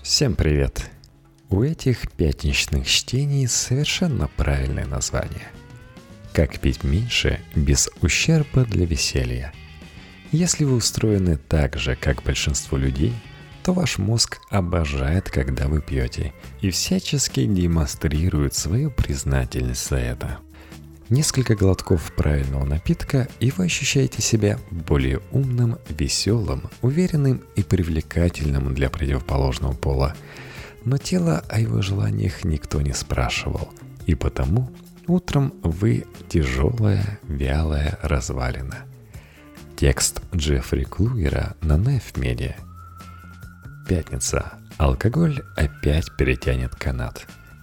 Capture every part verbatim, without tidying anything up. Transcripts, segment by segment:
Всем привет! У этих пятничных чтений совершенно правильное название. Как пить меньше без ущерба для веселья. Если вы устроены так же, как большинство людей, то ваш мозг обожает, когда вы пьете, и всячески демонстрирует свою признательность за это. Несколько глотков правильного напитка, и вы ощущаете себя более умным, веселым, уверенным и привлекательным для противоположного пола. Но тело о его желаниях никто не спрашивал, и потому утром вы тяжелая, вялая развалина. Текст Джеффри Клугера на Knife Media. Пятница. Алкоголь опять перетянет канат.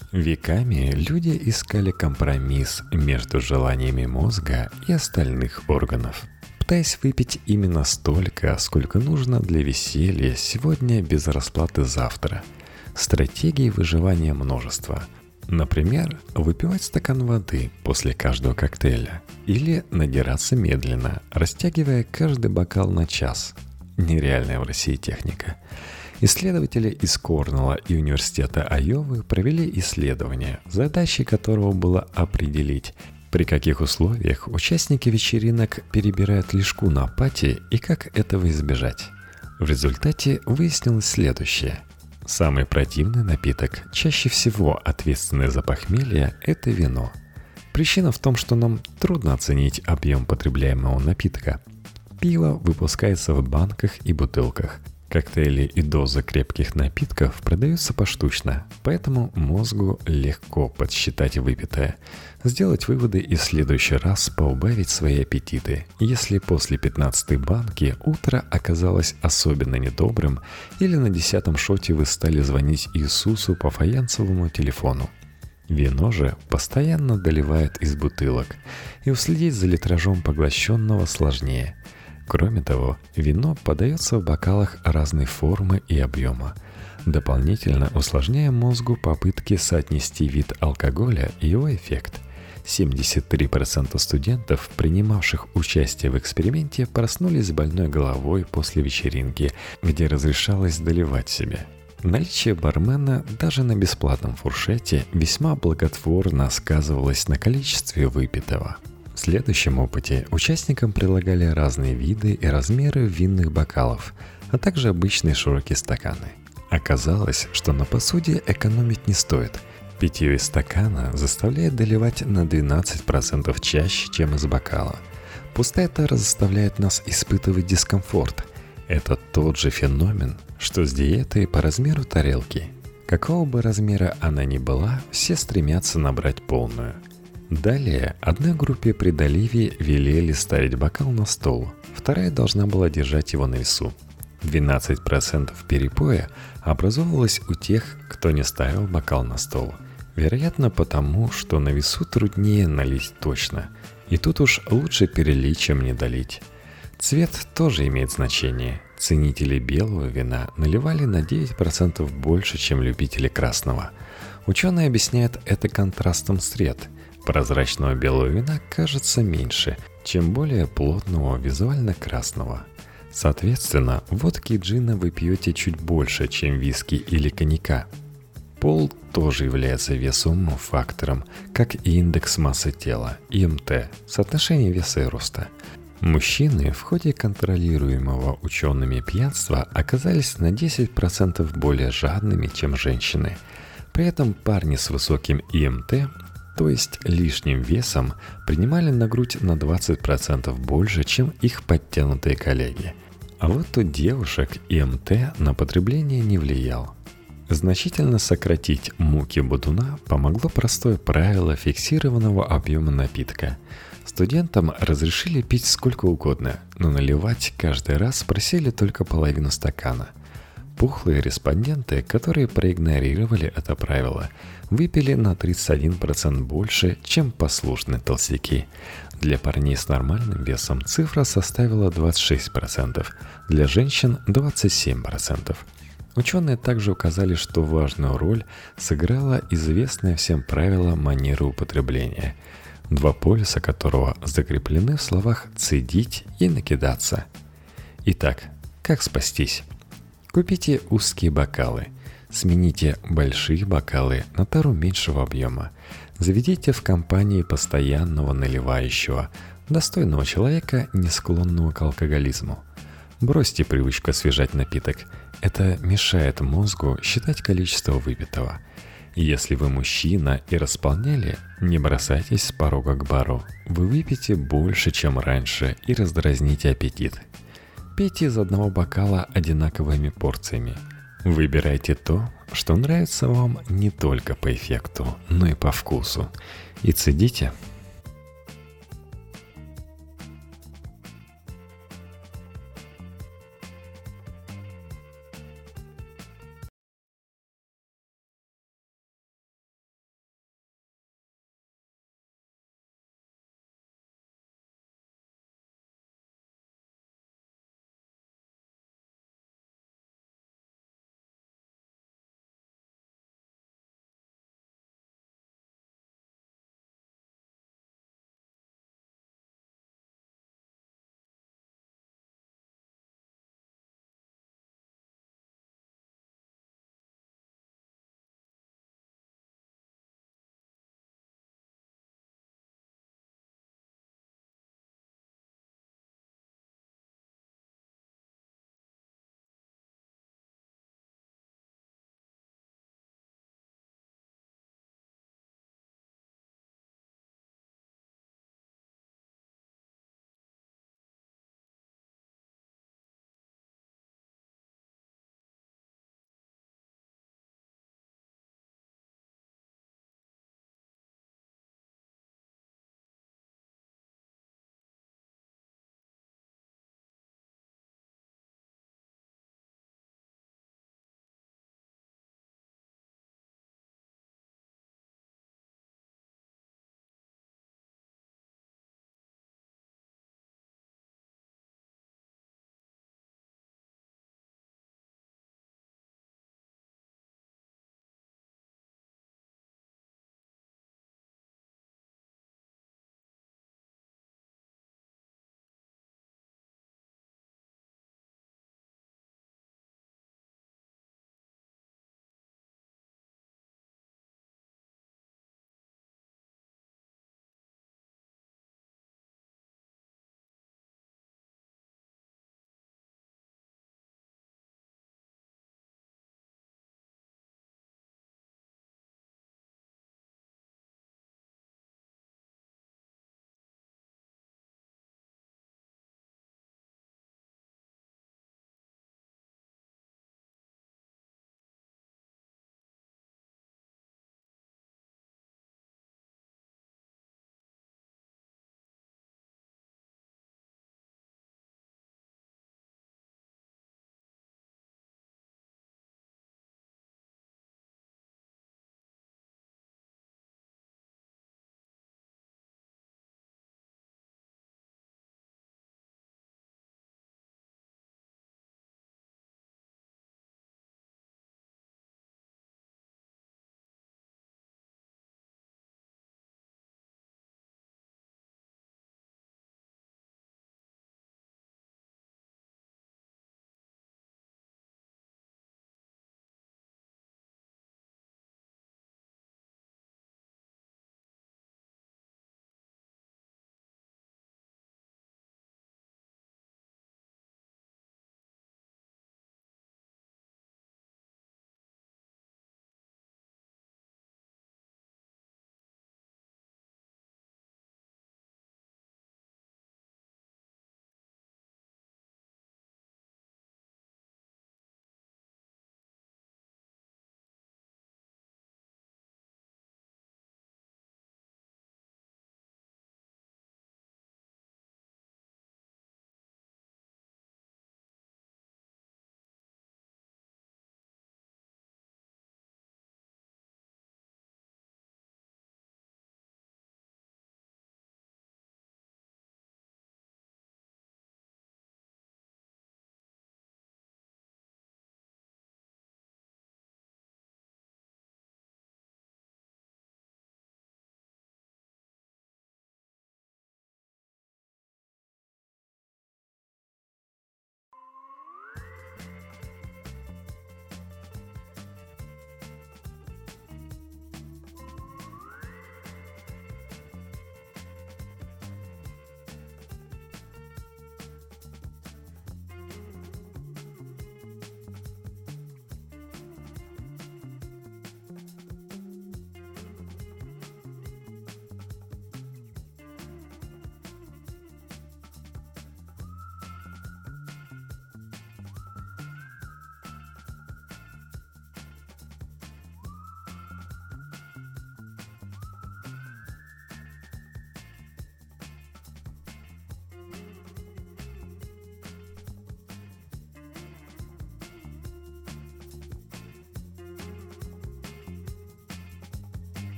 Веками люди искали компромисс между желаниями мозга и остальных органов, пытаясь выпить именно столько, сколько нужно для веселья сегодня без расплаты завтра. Стратегии выживания множество. Например, выпивать стакан воды после каждого коктейля или надираться медленно, растягивая каждый бокал на час. Нереальная в России техника. Исследователи из Корнелла и Университета Айовы провели исследование, задачей которого было определить, при каких условиях участники вечеринок перебирают лишку на пати и как этого избежать. В результате выяснилось следующее. Самый противный напиток, чаще всего ответственный за похмелье, это вино. Причина в том, что нам трудно оценить объем потребляемого напитка. Пиво выпускается в банках и бутылках. Коктейли и дозы крепких напитков продаются поштучно, поэтому мозгу легко подсчитать выпитое, сделать выводы и в следующий раз поубавить свои аппетиты, если после пятнадцатой банки утро оказалось особенно недобрым или на десятом шоте вы стали звонить Иисусу по фаянсовому телефону. Вино же постоянно доливают из бутылок, и уследить за литражом поглощенного сложнее. Кроме того, вино подается в бокалах разной формы и объема, дополнительно усложняя мозгу попытки соотнести вид алкоголя и его эффект. семьдесят три процента студентов, принимавших участие в эксперименте, проснулись с больной головой после вечеринки, где разрешалось доливать себе. Наличие бармена даже на бесплатном фуршете весьма благотворно сказывалось на количестве выпитого. В следующем опыте участникам предлагали разные виды и размеры винных бокалов, а также обычные широкие стаканы. Оказалось, что на посуде экономить не стоит. Питье из стакана заставляет доливать на двенадцать процентов чаще, чем из бокала. Пустая тара заставляет нас испытывать дискомфорт. Это тот же феномен, что с диетой по размеру тарелки. Какого бы размера она ни была, все стремятся набрать полную. Далее одной группе при доливе велели ставить бокал на стол, вторая должна была держать его на весу. двенадцать процентов перепоя образовывалось у тех, кто не ставил бокал на стол. Вероятно, потому, что на весу труднее налить точно, и тут уж лучше перелить, чем не долить. Цвет тоже имеет значение. Ценители белого вина наливали на девять процентов больше, чем любители красного. Ученые объясняют это контрастом сред. Прозрачного белого вина кажется меньше, чем более плотного визуально красного. Соответственно, водки и джина вы пьете чуть больше, чем виски или коньяка. Пол тоже является весомым фактором, как и индекс массы тела, И М Т, соотношение веса и роста. Мужчины в ходе контролируемого учеными пьянства оказались на десять процентов более жадными, чем женщины. При этом парни с высоким И М Т, то есть лишним весом, принимали на грудь на двадцать процентов больше, чем их подтянутые коллеги. А вот у девушек И М Т на потребление не влиял. Значительно сократить муки бодуна помогло простое правило фиксированного объема напитка. Студентам разрешили пить сколько угодно, но наливать каждый раз просили только половину стакана. Пухлые респонденты, которые проигнорировали это правило, выпили на тридцать один процент больше, чем послушные толстяки. Для парней с нормальным весом цифра составила двадцать шесть процентов, для женщин – двадцать семь процентов. Ученые также указали, что важную роль сыграло известное всем правило манеры употребления, два полюса которого закреплены в словах «цедить» и «накидаться». Итак, как спастись? Купите узкие бокалы. Смените большие бокалы на тару меньшего объема. Заведите в компании постоянного наливающего, достойного человека, не склонного к алкоголизму. Бросьте привычку освежать напиток. Это мешает мозгу считать количество выпитого. Если вы мужчина и располняли, не бросайтесь с порога к бару. Вы выпьете больше, чем раньше, и раздразните аппетит. Пейте из одного бокала одинаковыми порциями. Выбирайте то, что нравится вам не только по эффекту, но и по вкусу. И цедите